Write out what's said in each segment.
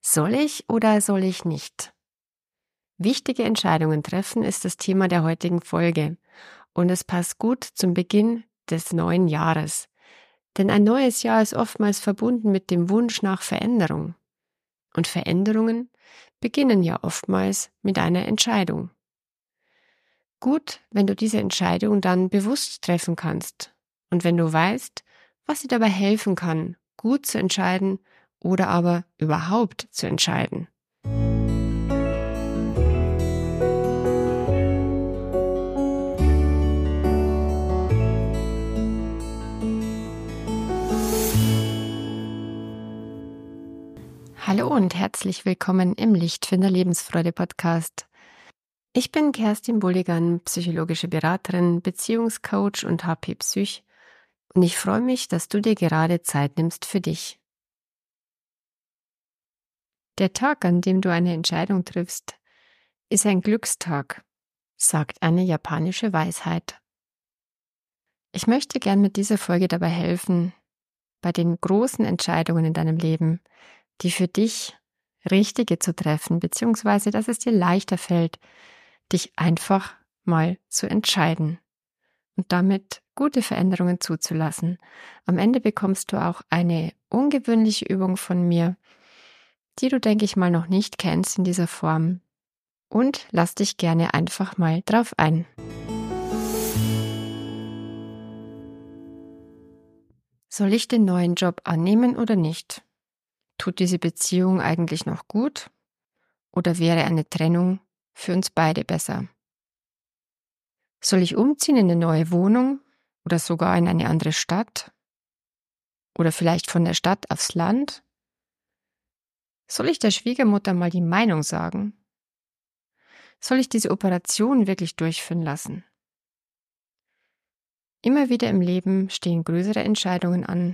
Soll ich oder soll ich nicht? Wichtige Entscheidungen treffen ist das Thema der heutigen Folge und es passt gut zum Beginn des neuen Jahres. Denn ein neues Jahr ist oftmals verbunden mit dem Wunsch nach Veränderung. Und Veränderungen beginnen ja oftmals mit einer Entscheidung. Gut, wenn du diese Entscheidung dann bewusst treffen kannst und wenn du weißt, was dir dabei helfen kann, gut zu entscheiden oder aber überhaupt zu entscheiden. Hallo und herzlich willkommen im Lichtfinder Lebensfreude Podcast. Ich bin Kerstin Bulligan, psychologische Beraterin, Beziehungscoach und HP Psych und ich freue mich, dass du dir gerade Zeit nimmst für dich. Der Tag, an dem du eine Entscheidung triffst, ist ein Glückstag, sagt eine japanische Weisheit. Ich möchte gern mit dieser Folge dabei helfen, bei den großen Entscheidungen in deinem Leben, die für dich richtige zu treffen, beziehungsweise dass es dir leichter fällt, dich einfach mal zu entscheiden und damit gute Veränderungen zuzulassen. Am Ende bekommst du auch eine ungewöhnliche Übung von mir, die du, denke ich mal, noch nicht kennst in dieser Form. Und lass dich gerne einfach mal drauf ein. Soll ich den neuen Job annehmen oder nicht? Tut diese Beziehung eigentlich noch gut? Oder wäre eine Trennung für uns beide besser? Soll ich umziehen in eine neue Wohnung oder sogar in eine andere Stadt? Oder vielleicht von der Stadt aufs Land? Soll ich der Schwiegermutter mal die Meinung sagen? Soll ich diese Operation wirklich durchführen lassen? Immer wieder im Leben stehen größere Entscheidungen an.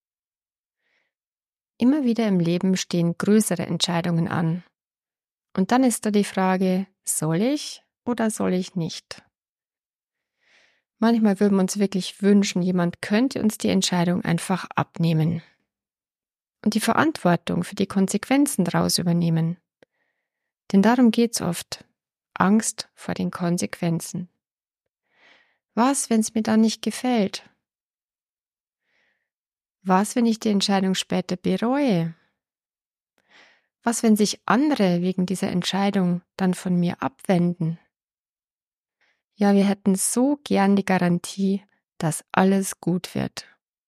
Immer wieder im Leben stehen größere Entscheidungen an. Und dann ist da die Frage, soll ich oder soll ich nicht? Manchmal würden wir uns wirklich wünschen, jemand könnte uns die Entscheidung einfach abnehmen und die Verantwortung für die Konsequenzen daraus übernehmen. Denn darum geht's oft. Angst vor den Konsequenzen. Was, wenn es mir dann nicht gefällt? Was, wenn ich die Entscheidung später bereue? Was, wenn sich andere wegen dieser Entscheidung dann von mir abwenden? Ja, wir hätten so gern die Garantie, dass alles gut wird.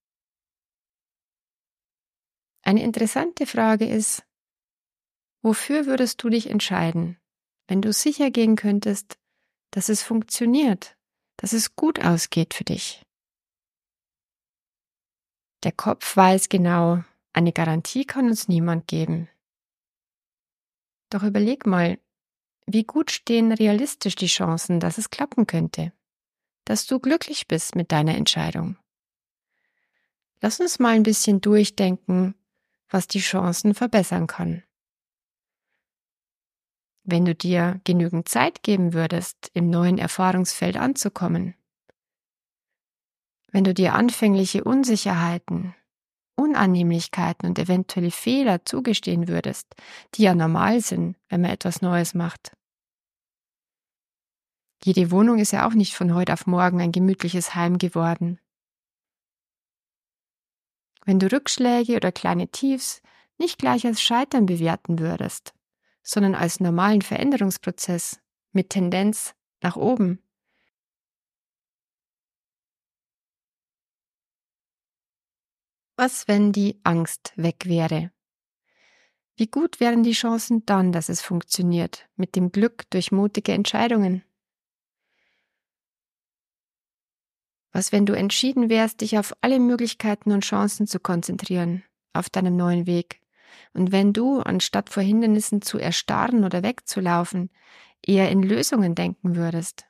Eine interessante Frage ist, wofür würdest du dich entscheiden, wenn du sicher gehen könntest, dass es funktioniert, dass es gut ausgeht für dich? Der Kopf weiß genau, eine Garantie kann uns niemand geben. Doch überleg mal, wie gut stehen realistisch die Chancen, dass es klappen könnte, dass du glücklich bist mit deiner Entscheidung. Lass uns mal ein bisschen durchdenken, was die Chancen verbessern kann. Wenn du dir genügend Zeit geben würdest, im neuen Erfahrungsfeld anzukommen, wenn du dir anfängliche Unsicherheiten, Unannehmlichkeiten und eventuelle Fehler zugestehen würdest, die ja normal sind, wenn man etwas Neues macht. Jede Wohnung ist ja auch nicht von heute auf morgen ein gemütliches Heim geworden. Wenn du Rückschläge oder kleine Tiefs nicht gleich als Scheitern bewerten würdest, sondern als normalen Veränderungsprozess mit Tendenz nach oben. Was, wenn die Angst weg wäre? Wie gut wären die Chancen dann, dass es funktioniert, mit dem Glück durch mutige Entscheidungen? Was, wenn du entschieden wärst, dich auf alle Möglichkeiten und Chancen zu konzentrieren, auf deinem neuen Weg? Und wenn du, anstatt vor Hindernissen zu erstarren oder wegzulaufen, eher in Lösungen denken würdest?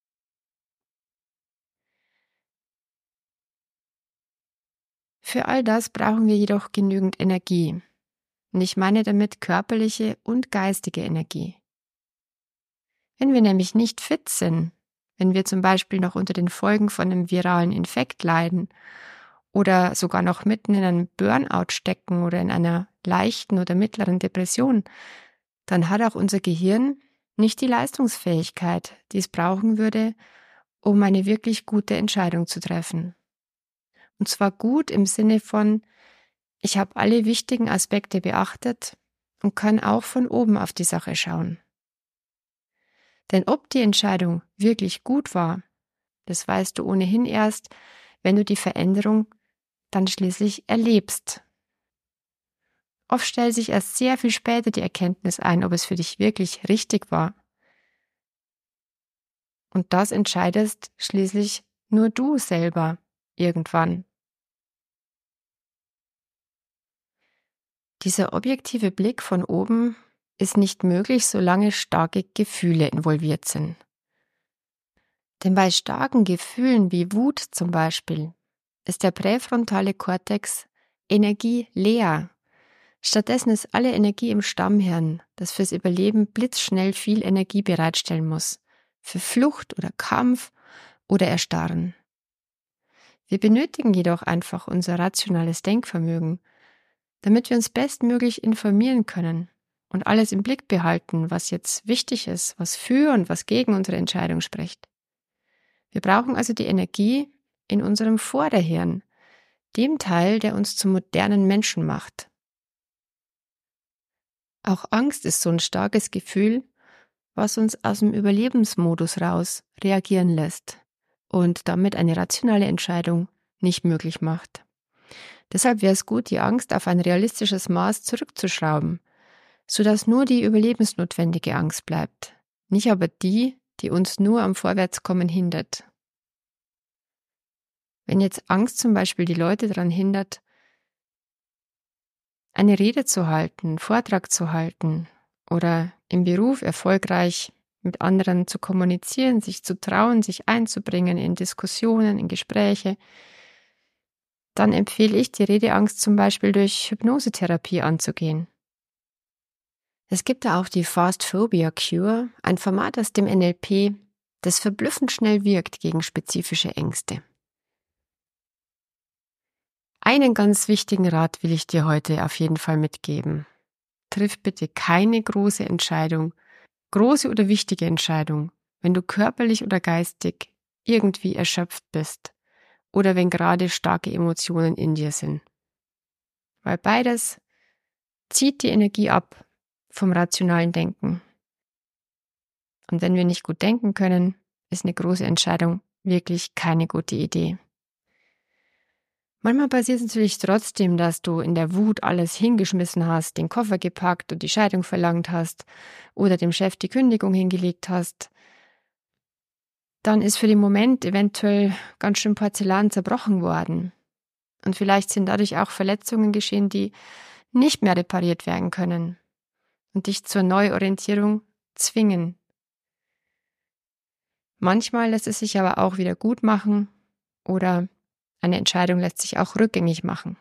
Für all das brauchen wir jedoch genügend Energie. Und ich meine damit körperliche und geistige Energie. Wenn wir nämlich nicht fit sind, wenn wir zum Beispiel noch unter den Folgen von einem viralen Infekt leiden oder sogar noch mitten in einem Burnout stecken oder in einer leichten oder mittleren Depression, dann hat auch unser Gehirn nicht die Leistungsfähigkeit, die es brauchen würde, um eine wirklich gute Entscheidung zu treffen. Und zwar gut im Sinne von, ich habe alle wichtigen Aspekte beachtet und kann auch von oben auf die Sache schauen. Denn ob die Entscheidung wirklich gut war, das weißt du ohnehin erst, wenn du die Veränderung dann schließlich erlebst. Oft stellt sich erst sehr viel später die Erkenntnis ein, ob es für dich wirklich richtig war. Und das entscheidest schließlich nur du selber irgendwann. Dieser objektive Blick von oben ist nicht möglich, solange starke Gefühle involviert sind. Denn bei starken Gefühlen wie Wut zum Beispiel ist der präfrontale Kortex energieleer. Stattdessen ist alle Energie im Stammhirn, das fürs Überleben blitzschnell viel Energie bereitstellen muss, für Flucht oder Kampf oder Erstarren. Wir benötigen jedoch einfach unser rationales Denkvermögen, damit wir uns bestmöglich informieren können und alles im Blick behalten, was jetzt wichtig ist, was für und was gegen unsere Entscheidung spricht. Wir brauchen also die Energie in unserem Vorderhirn, dem Teil, der uns zu modernen Menschen macht. Auch Angst ist so ein starkes Gefühl, was uns aus dem Überlebensmodus raus reagieren lässt und damit eine rationale Entscheidung nicht möglich macht. Deshalb wäre es gut, die Angst auf ein realistisches Maß zurückzuschrauben, sodass nur die überlebensnotwendige Angst bleibt, nicht aber die, die uns nur am Vorwärtskommen hindert. Wenn jetzt Angst zum Beispiel die Leute daran hindert, eine Rede zu halten, einen Vortrag zu halten oder im Beruf erfolgreich mit anderen zu kommunizieren, sich zu trauen, sich einzubringen in Diskussionen, in Gespräche, dann empfehle ich, die Redeangst zum Beispiel durch Hypnosetherapie anzugehen. Es gibt da auch die Fast Phobia Cure, ein Format aus dem NLP, das verblüffend schnell wirkt gegen spezifische Ängste. Einen ganz wichtigen Rat will ich dir heute auf jeden Fall mitgeben. Triff bitte keine große Entscheidung, große oder wichtige Entscheidung, wenn du körperlich oder geistig irgendwie erschöpft bist oder wenn gerade starke Emotionen in dir sind. Weil beides zieht die Energie ab vom rationalen Denken. Und wenn wir nicht gut denken können, ist eine große Entscheidung wirklich keine gute Idee. Manchmal passiert es natürlich trotzdem, dass du in der Wut alles hingeschmissen hast, den Koffer gepackt und die Scheidung verlangt hast oder dem Chef die Kündigung hingelegt hast. Dann ist für den Moment eventuell ganz schön Porzellan zerbrochen worden. Und vielleicht sind dadurch auch Verletzungen geschehen, die nicht mehr repariert werden können und dich zur Neuorientierung zwingen. Manchmal lässt es sich aber auch wieder gut machen oder eine Entscheidung lässt sich auch rückgängig machen.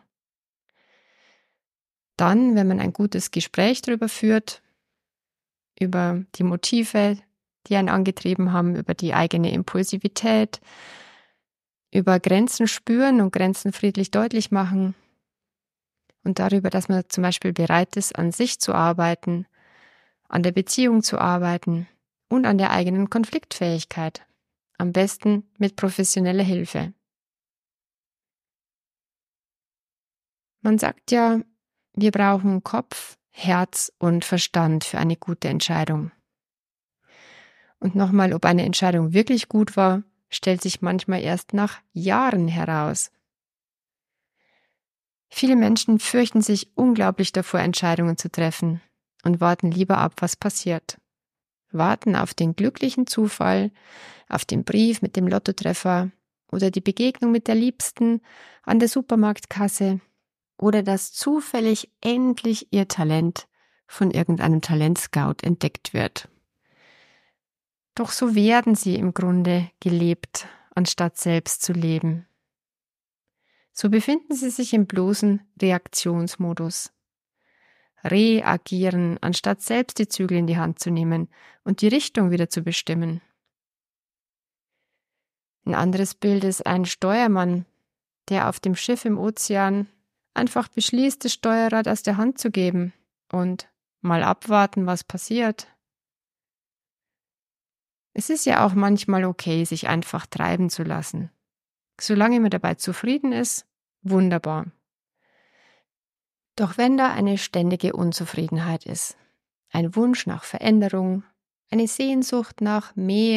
Dann, wenn man ein gutes Gespräch darüber führt, über die Motive, die einen angetrieben haben, über die eigene Impulsivität, über Grenzen spüren und Grenzen friedlich deutlich machen und darüber, dass man zum Beispiel bereit ist, an sich zu arbeiten, an der Beziehung zu arbeiten und an der eigenen Konfliktfähigkeit. Am besten mit professioneller Hilfe. Man sagt ja, wir brauchen Kopf, Herz und Verstand für eine gute Entscheidung. Und nochmal, ob eine Entscheidung wirklich gut war, stellt sich manchmal erst nach Jahren heraus. Viele Menschen fürchten sich unglaublich davor, Entscheidungen zu treffen und warten lieber ab, was passiert. Warten auf den glücklichen Zufall, auf den Brief mit dem Lottotreffer oder die Begegnung mit der Liebsten an der Supermarktkasse oder dass zufällig endlich ihr Talent von irgendeinem Talentscout entdeckt wird. Doch so werden sie im Grunde gelebt, anstatt selbst zu leben. So befinden sie sich im bloßen Reaktionsmodus. Reagieren, anstatt selbst die Zügel in die Hand zu nehmen und die Richtung wieder zu bestimmen. Ein anderes Bild ist ein Steuermann, der auf dem Schiff im Ozean einfach beschließt, das Steuerrad aus der Hand zu geben und mal abwarten, was passiert. Es ist ja auch manchmal okay, sich einfach treiben zu lassen. Solange man dabei zufrieden ist, wunderbar. Doch wenn da eine ständige Unzufriedenheit ist, ein Wunsch nach Veränderung, eine Sehnsucht nach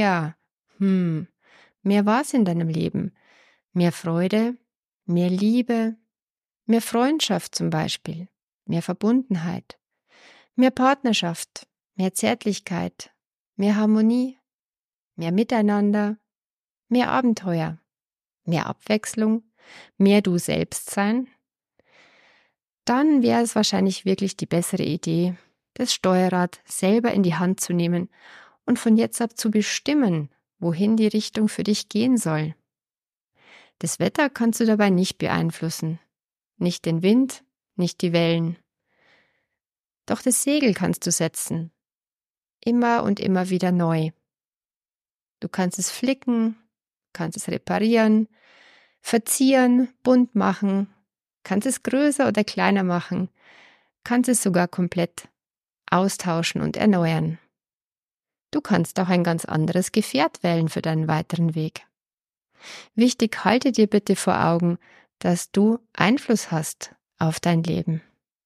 mehr was in deinem Leben, mehr Freude, mehr Liebe, mehr Freundschaft zum Beispiel, mehr Verbundenheit, mehr Partnerschaft, mehr Zärtlichkeit, mehr Harmonie, mehr Miteinander, mehr Abenteuer, mehr Abwechslung, mehr du selbst sein, dann wäre es wahrscheinlich wirklich die bessere Idee, das Steuerrad selber in die Hand zu nehmen und von jetzt ab zu bestimmen, wohin die Richtung für dich gehen soll. Das Wetter kannst du dabei nicht beeinflussen, nicht den Wind, nicht die Wellen. Doch das Segel kannst du setzen, immer und immer wieder neu. Du kannst es flicken, kannst es reparieren, verzieren, bunt machen, kannst es größer oder kleiner machen, kannst es sogar komplett austauschen und erneuern. Du kannst auch ein ganz anderes Gefährt wählen für deinen weiteren Weg. Wichtig, halte dir bitte vor Augen, dass du Einfluss hast auf dein Leben.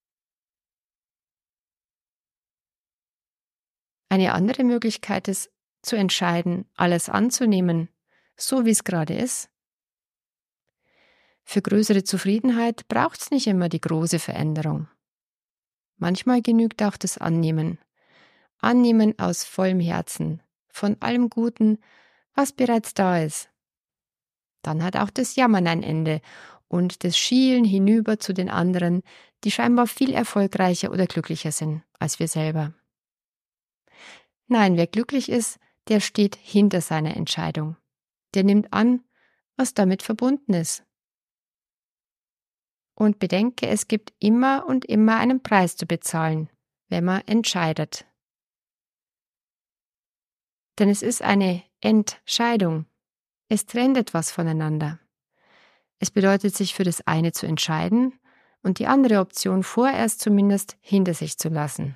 Eine andere Möglichkeit ist, zu entscheiden, alles anzunehmen, so wie es gerade ist. Für größere Zufriedenheit braucht es nicht immer die große Veränderung. Manchmal genügt auch das Annehmen. Annehmen aus vollem Herzen, von allem Guten, was bereits da ist. Dann hat auch das Jammern ein Ende und das Schielen hinüber zu den anderen, die scheinbar viel erfolgreicher oder glücklicher sind als wir selber. Nein, wer glücklich ist, der steht hinter seiner Entscheidung. Der nimmt an, was damit verbunden ist. Und bedenke, es gibt immer und immer einen Preis zu bezahlen, wenn man entscheidet. Denn es ist eine Entscheidung. Es trennt etwas voneinander. Es bedeutet, sich für das eine zu entscheiden und die andere Option vorerst zumindest hinter sich zu lassen.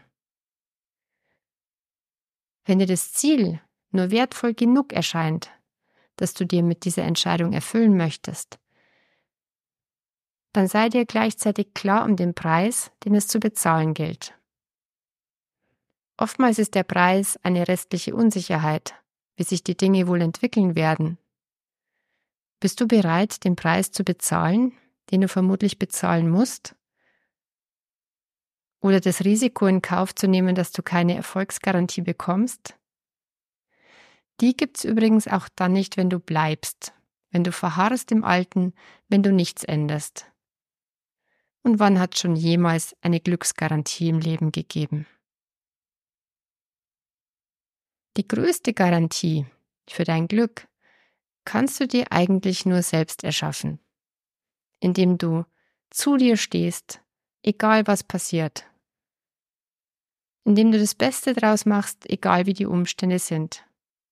Wenn dir das Ziel nur wertvoll genug erscheint, dass du dir mit dieser Entscheidung erfüllen möchtest, dann sei dir gleichzeitig klar um den Preis, den es zu bezahlen gilt. Oftmals ist der Preis eine restliche Unsicherheit, wie sich die Dinge wohl entwickeln werden. Bist du bereit, den Preis zu bezahlen, den du vermutlich bezahlen musst? Oder das Risiko in Kauf zu nehmen, dass du keine Erfolgsgarantie bekommst? Die gibt's übrigens auch dann nicht, wenn du bleibst, wenn du verharrst im Alten, wenn du nichts änderst. Und wann hat schon jemals eine Glücksgarantie im Leben gegeben? Die größte Garantie für dein Glück kannst du dir eigentlich nur selbst erschaffen, indem du zu dir stehst, egal was passiert, indem du das Beste draus machst, egal wie die Umstände sind,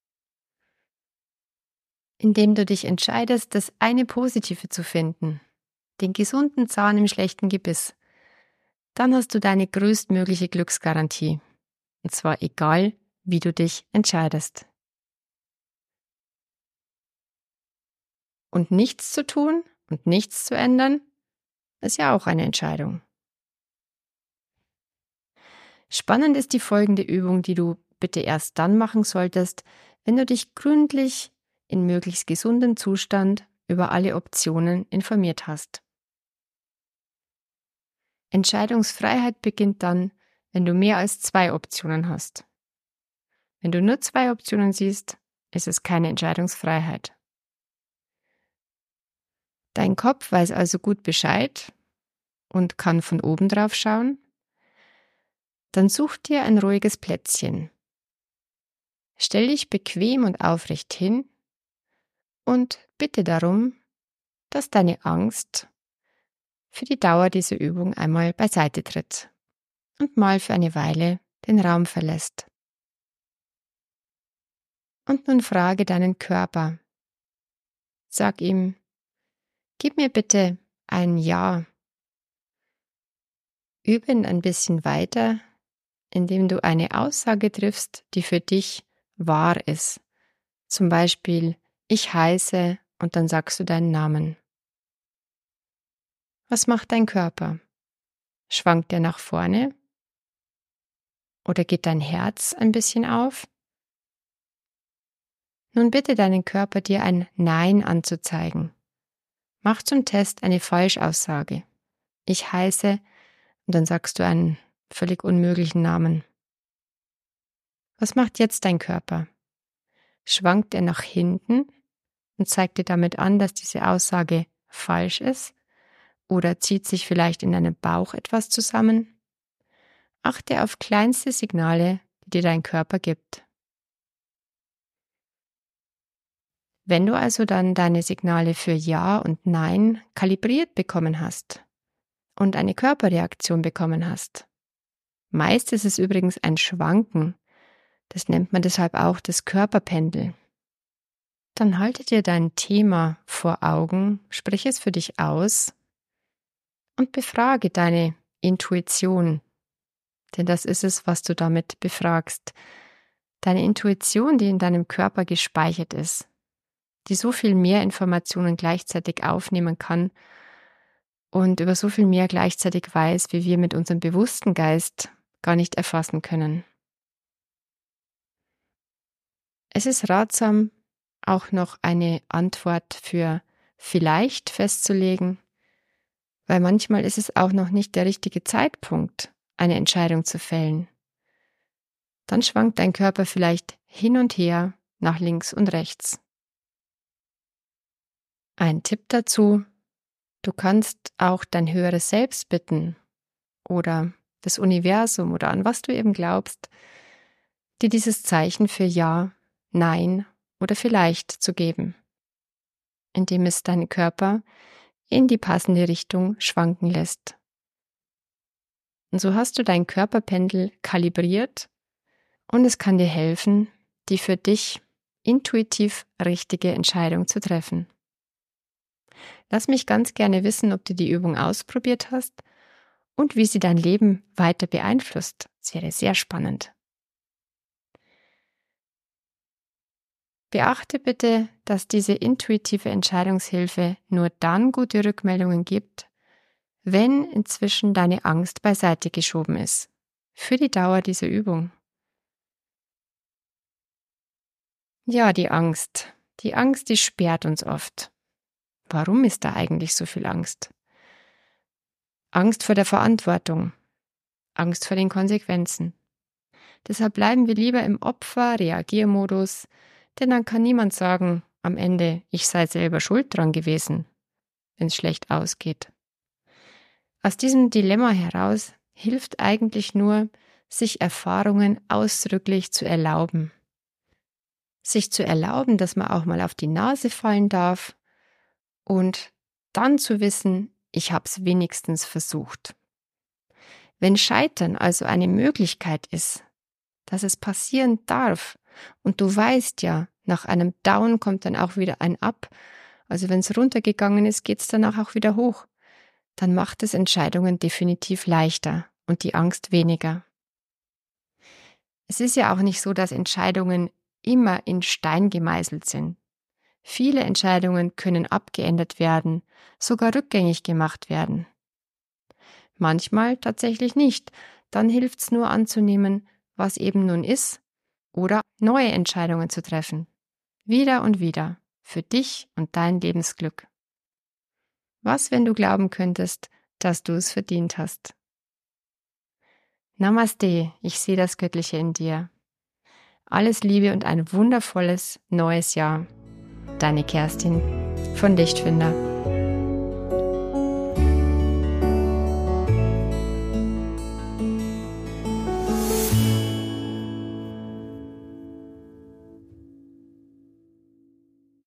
indem du dich entscheidest, das eine Positive zu finden, den gesunden Zahn im schlechten Gebiss, dann hast du deine größtmögliche Glücksgarantie. Und zwar egal, wie du dich entscheidest. Und nichts zu tun und nichts zu ändern, ist ja auch eine Entscheidung. Spannend ist die folgende Übung, die du bitte erst dann machen solltest, wenn du dich gründlich in möglichst gesundem Zustand über alle Optionen informiert hast. Entscheidungsfreiheit beginnt dann, wenn du mehr als 2 Optionen hast. Wenn du nur 2 Optionen siehst, ist es keine Entscheidungsfreiheit. Dein Kopf weiß also gut Bescheid und kann von oben drauf schauen. Dann such dir ein ruhiges Plätzchen. Stell dich bequem und aufrecht hin und bitte darum, dass deine Angst für die Dauer dieser Übung einmal beiseite tritt und mal für eine Weile den Raum verlässt. Und nun frage deinen Körper. Sag ihm, gib mir bitte ein Ja Übe ein bisschen weiter, indem du eine Aussage triffst, die für dich wahr ist. Zum Beispiel, ich heiße und dann sagst du deinen Namen. Was macht dein Körper? Schwankt er nach vorne? Oder geht dein Herz ein bisschen auf? Nun bitte deinen Körper, dir ein Nein anzuzeigen. Mach zum Test eine Falschaussage. Ich heiße und dann sagst du einen völlig unmöglichen Namen. Was macht jetzt dein Körper? Schwankt er nach hinten und zeigt dir damit an, dass diese Aussage falsch ist? Oder zieht sich vielleicht in deinem Bauch etwas zusammen? Achte auf kleinste Signale, die dir dein Körper gibt. Wenn du also dann deine Signale für Ja und Nein kalibriert bekommen hast und eine Körperreaktion bekommen hast, meist ist es übrigens ein Schwanken, das nennt man deshalb auch das Körperpendel, dann halte dir dein Thema vor Augen, sprich es für dich aus und befrage deine Intuition, denn das ist es, was du damit befragst. Deine Intuition, die in deinem Körper gespeichert ist, die so viel mehr Informationen gleichzeitig aufnehmen kann und über so viel mehr gleichzeitig weiß, wie wir mit unserem bewussten Geist gar nicht erfassen können. Es ist ratsam, auch noch eine Antwort für vielleicht festzulegen, weil manchmal ist es auch noch nicht der richtige Zeitpunkt, eine Entscheidung zu fällen. Dann schwankt dein Körper vielleicht hin und her, nach links und rechts. Ein Tipp dazu: Du kannst auch dein höheres Selbst bitten oder das Universum oder an was du eben glaubst, dir dieses Zeichen für Ja, Nein oder vielleicht zu geben, indem es deinen Körper in die passende Richtung schwanken lässt. Und so hast du dein Körperpendel kalibriert und es kann dir helfen, die für dich intuitiv richtige Entscheidung zu treffen. Lass mich ganz gerne wissen, ob du die Übung ausprobiert hast und wie sie dein Leben weiter beeinflusst. Es wäre sehr spannend. Beachte bitte, dass diese intuitive Entscheidungshilfe nur dann gute Rückmeldungen gibt, wenn inzwischen deine Angst beiseite geschoben ist. Für die Dauer dieser Übung. Ja, die Angst. Die Angst, die sperrt uns oft. Warum ist da eigentlich so viel Angst? Angst vor der Verantwortung. Angst vor den Konsequenzen. Deshalb bleiben wir lieber im Opfer-Reagiermodus, denn dann kann niemand sagen, am Ende, ich sei selber schuld dran gewesen, wenn es schlecht ausgeht. Aus diesem Dilemma heraus hilft eigentlich nur, sich Erfahrungen ausdrücklich zu erlauben. Sich zu erlauben, dass man auch mal auf die Nase fallen darf und dann zu wissen, ich habe es wenigstens versucht. Wenn Scheitern also eine Möglichkeit ist, dass es passieren darf und du weißt ja, nach einem Down kommt dann auch wieder ein Up, also wenn es runtergegangen ist, geht es danach auch wieder hoch, dann macht es Entscheidungen definitiv leichter und die Angst weniger. Es ist ja auch nicht so, dass Entscheidungen immer in Stein gemeißelt sind. Viele Entscheidungen können abgeändert werden, sogar rückgängig gemacht werden. Manchmal tatsächlich nicht, dann hilft es nur anzunehmen, was eben nun ist, oder neue Entscheidungen zu treffen. Wieder und wieder, für dich und dein Lebensglück. Was, wenn du glauben könntest, dass du es verdient hast? Namaste, ich sehe das Göttliche in dir. Alles Liebe und ein wundervolles neues Jahr. Deine Kerstin von Lichtfinder.